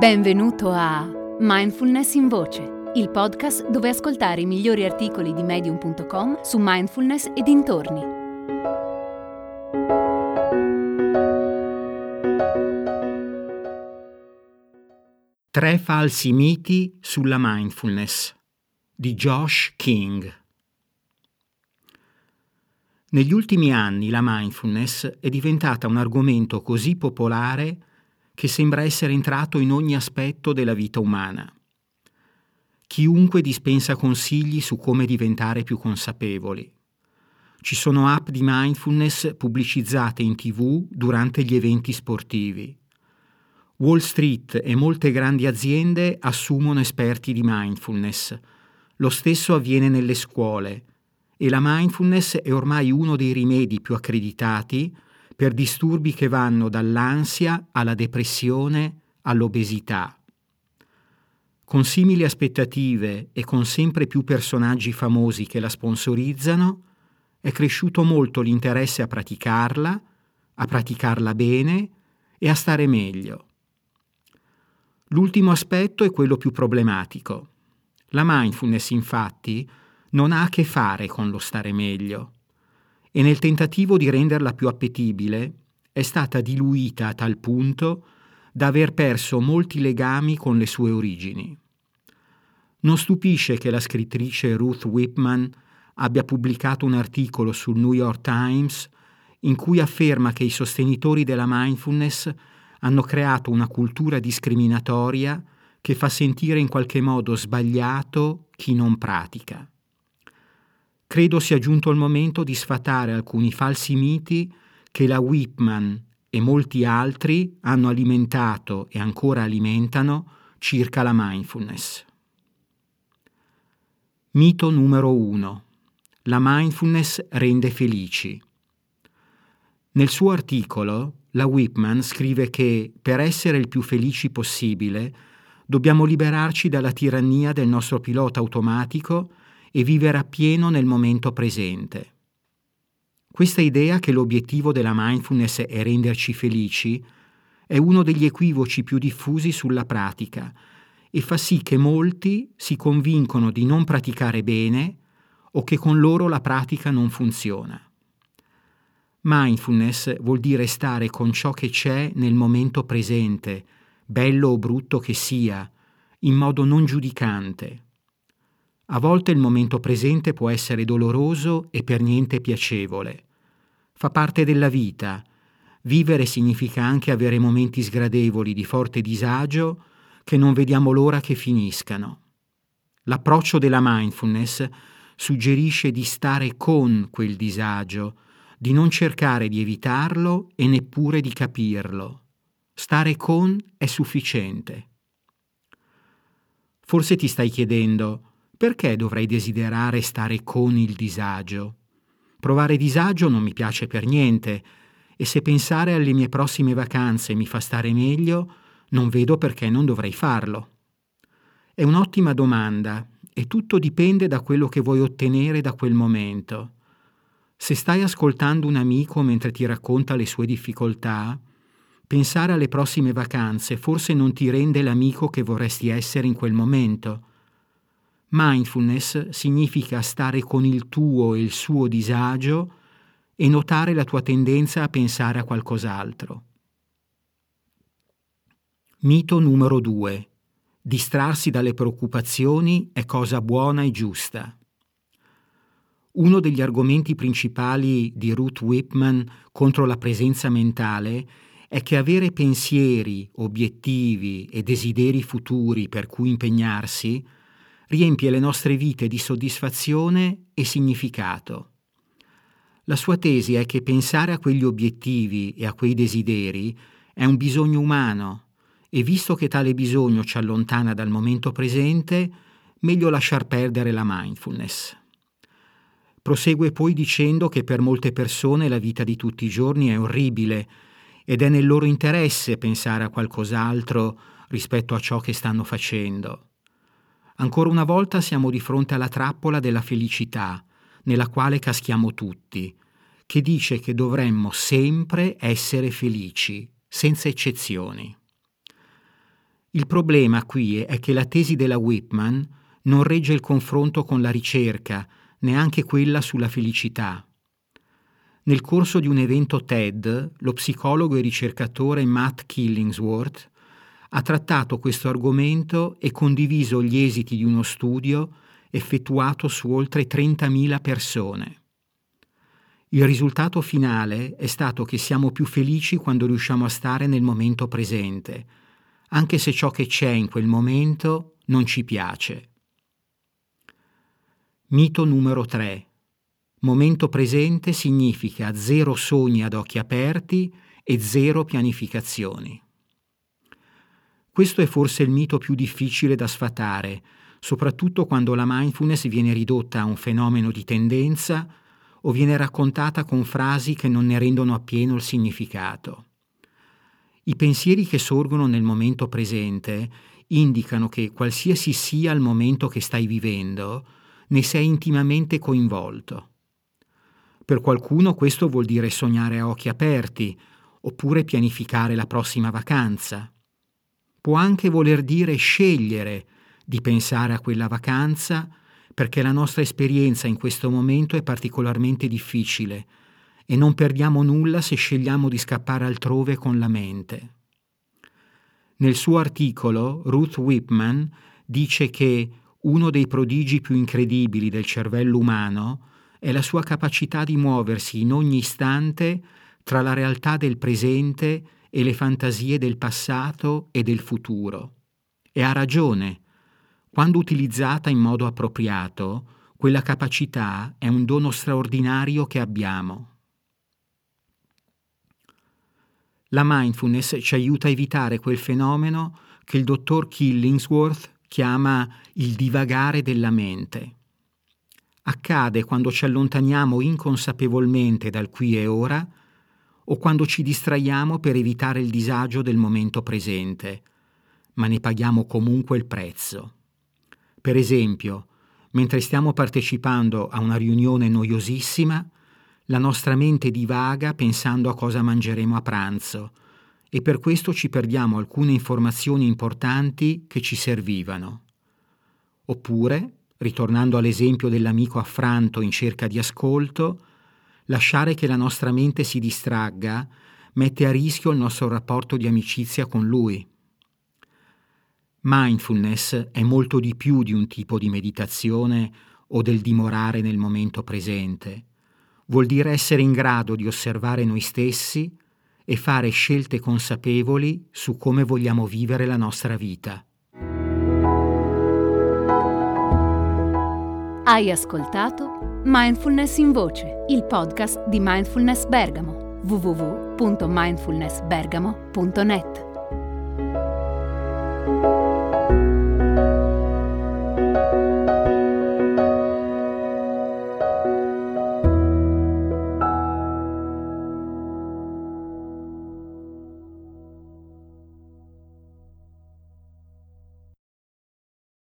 Benvenuto a Mindfulness in Voce, il podcast dove ascoltare i migliori articoli di Medium.com su mindfulness e dintorni. Tre falsi miti sulla mindfulness di Josh King. Negli ultimi anni la mindfulness è diventata un argomento così popolare che sembra essere entrato in ogni aspetto della vita umana. Chiunque dispensa consigli su come diventare più consapevoli. Ci sono app di mindfulness pubblicizzate in TV durante gli eventi sportivi. Wall Street e molte grandi aziende assumono esperti di mindfulness. Lo stesso avviene nelle scuole e la mindfulness è ormai uno dei rimedi più accreditati per disturbi che vanno dall'ansia alla depressione all'obesità. Con simili aspettative e con sempre più personaggi famosi che la sponsorizzano, è cresciuto molto l'interesse a praticarla bene e a stare meglio. L'ultimo aspetto è quello più problematico. La mindfulness, infatti, non ha a che fare con lo stare meglio e nel tentativo di renderla più appetibile è stata diluita a tal punto da aver perso molti legami con le sue origini. Non stupisce che la scrittrice Ruth Whippman abbia pubblicato un articolo sul New York Times in cui afferma che i sostenitori della mindfulness hanno creato una cultura discriminatoria che fa sentire in qualche modo sbagliato chi non pratica. Credo sia giunto il momento di sfatare alcuni falsi miti che la Whippman e molti altri hanno alimentato e ancora alimentano circa la mindfulness. Mito numero 1. La mindfulness rende felici. Nel suo articolo, la Whippman scrive che per essere il più felici possibile dobbiamo liberarci dalla tirannia del nostro pilota automatico e vivere appieno nel momento presente. Questa idea che l'obiettivo della mindfulness è renderci felici è uno degli equivoci più diffusi sulla pratica e fa sì che molti si convincono di non praticare bene o che con loro la pratica non funziona. Mindfulness vuol dire stare con ciò che c'è nel momento presente, bello o brutto che sia, in modo non giudicante. A volte il momento presente può essere doloroso e per niente piacevole. Fa parte della vita. Vivere significa anche avere momenti sgradevoli di forte disagio che non vediamo l'ora che finiscano. L'approccio della mindfulness suggerisce di stare con quel disagio, di non cercare di evitarlo e neppure di capirlo. Stare con è sufficiente. Forse ti stai chiedendo: perché dovrei desiderare stare con il disagio? Provare disagio non mi piace per niente e se pensare alle mie prossime vacanze mi fa stare meglio, non vedo perché non dovrei farlo. È un'ottima domanda e tutto dipende da quello che vuoi ottenere da quel momento. Se stai ascoltando un amico mentre ti racconta le sue difficoltà, pensare alle prossime vacanze forse non ti rende l'amico che vorresti essere in quel momento. Mindfulness significa stare con il tuo e il suo disagio e notare la tua tendenza a pensare a qualcos'altro. Mito numero 2. Distrarsi dalle preoccupazioni è cosa buona e giusta. Uno degli argomenti principali di Ruth Whippman contro la presenza mentale è che avere pensieri, obiettivi e desideri futuri per cui impegnarsi riempie le nostre vite di soddisfazione e significato. La sua tesi è che pensare a quegli obiettivi e a quei desideri è un bisogno umano e visto che tale bisogno ci allontana dal momento presente, meglio lasciar perdere la mindfulness. Prosegue poi dicendo che per molte persone la vita di tutti i giorni è orribile ed è nel loro interesse pensare a qualcos'altro rispetto a ciò che stanno facendo. Ancora una volta siamo di fronte alla trappola della felicità, nella quale caschiamo tutti, che dice che dovremmo sempre essere felici, senza eccezioni. Il problema qui è che la tesi della Whitman non regge il confronto con la ricerca, neanche quella sulla felicità. Nel corso di un evento TED, lo psicologo e ricercatore Matt Killingsworth ha trattato questo argomento e condiviso gli esiti di uno studio effettuato su oltre 30.000 persone. Il risultato finale è stato che siamo più felici quando riusciamo a stare nel momento presente, anche se ciò che c'è in quel momento non ci piace. Mito numero 3. Momento presente significa 0 sogni ad occhi aperti e 0 pianificazioni. Questo è forse il mito più difficile da sfatare, soprattutto quando la mindfulness viene ridotta a un fenomeno di tendenza o viene raccontata con frasi che non ne rendono appieno il significato. I pensieri che sorgono nel momento presente indicano che qualsiasi sia il momento che stai vivendo, ne sei intimamente coinvolto. Per qualcuno questo vuol dire sognare a occhi aperti, oppure pianificare la prossima vacanza. Può anche voler dire scegliere di pensare a quella vacanza perché la nostra esperienza in questo momento è particolarmente difficile e non perdiamo nulla se scegliamo di scappare altrove con la mente. Nel suo articolo, Ruth Whitman dice che uno dei prodigi più incredibili del cervello umano è la sua capacità di muoversi in ogni istante tra la realtà del presente e le fantasie del passato e del futuro. E ha ragione. Quando utilizzata in modo appropriato, quella capacità è un dono straordinario che abbiamo. La mindfulness ci aiuta a evitare quel fenomeno che il dottor Killingsworth chiama il divagare della mente. Accade quando ci allontaniamo inconsapevolmente dal qui e ora o quando ci distraiamo per evitare il disagio del momento presente, ma ne paghiamo comunque il prezzo. Per esempio, mentre stiamo partecipando a una riunione noiosissima, la nostra mente divaga pensando a cosa mangeremo a pranzo e per questo ci perdiamo alcune informazioni importanti che ci servivano. Oppure, ritornando all'esempio dell'amico affranto in cerca di ascolto, lasciare che la nostra mente si distragga mette a rischio il nostro rapporto di amicizia con lui. Mindfulness è molto di più di un tipo di meditazione o del dimorare nel momento presente. Vuol dire essere in grado di osservare noi stessi e fare scelte consapevoli su come vogliamo vivere la nostra vita. Hai ascoltato Mindfulness in Voce, il podcast di Mindfulness Bergamo, www.mindfulnessbergamo.net.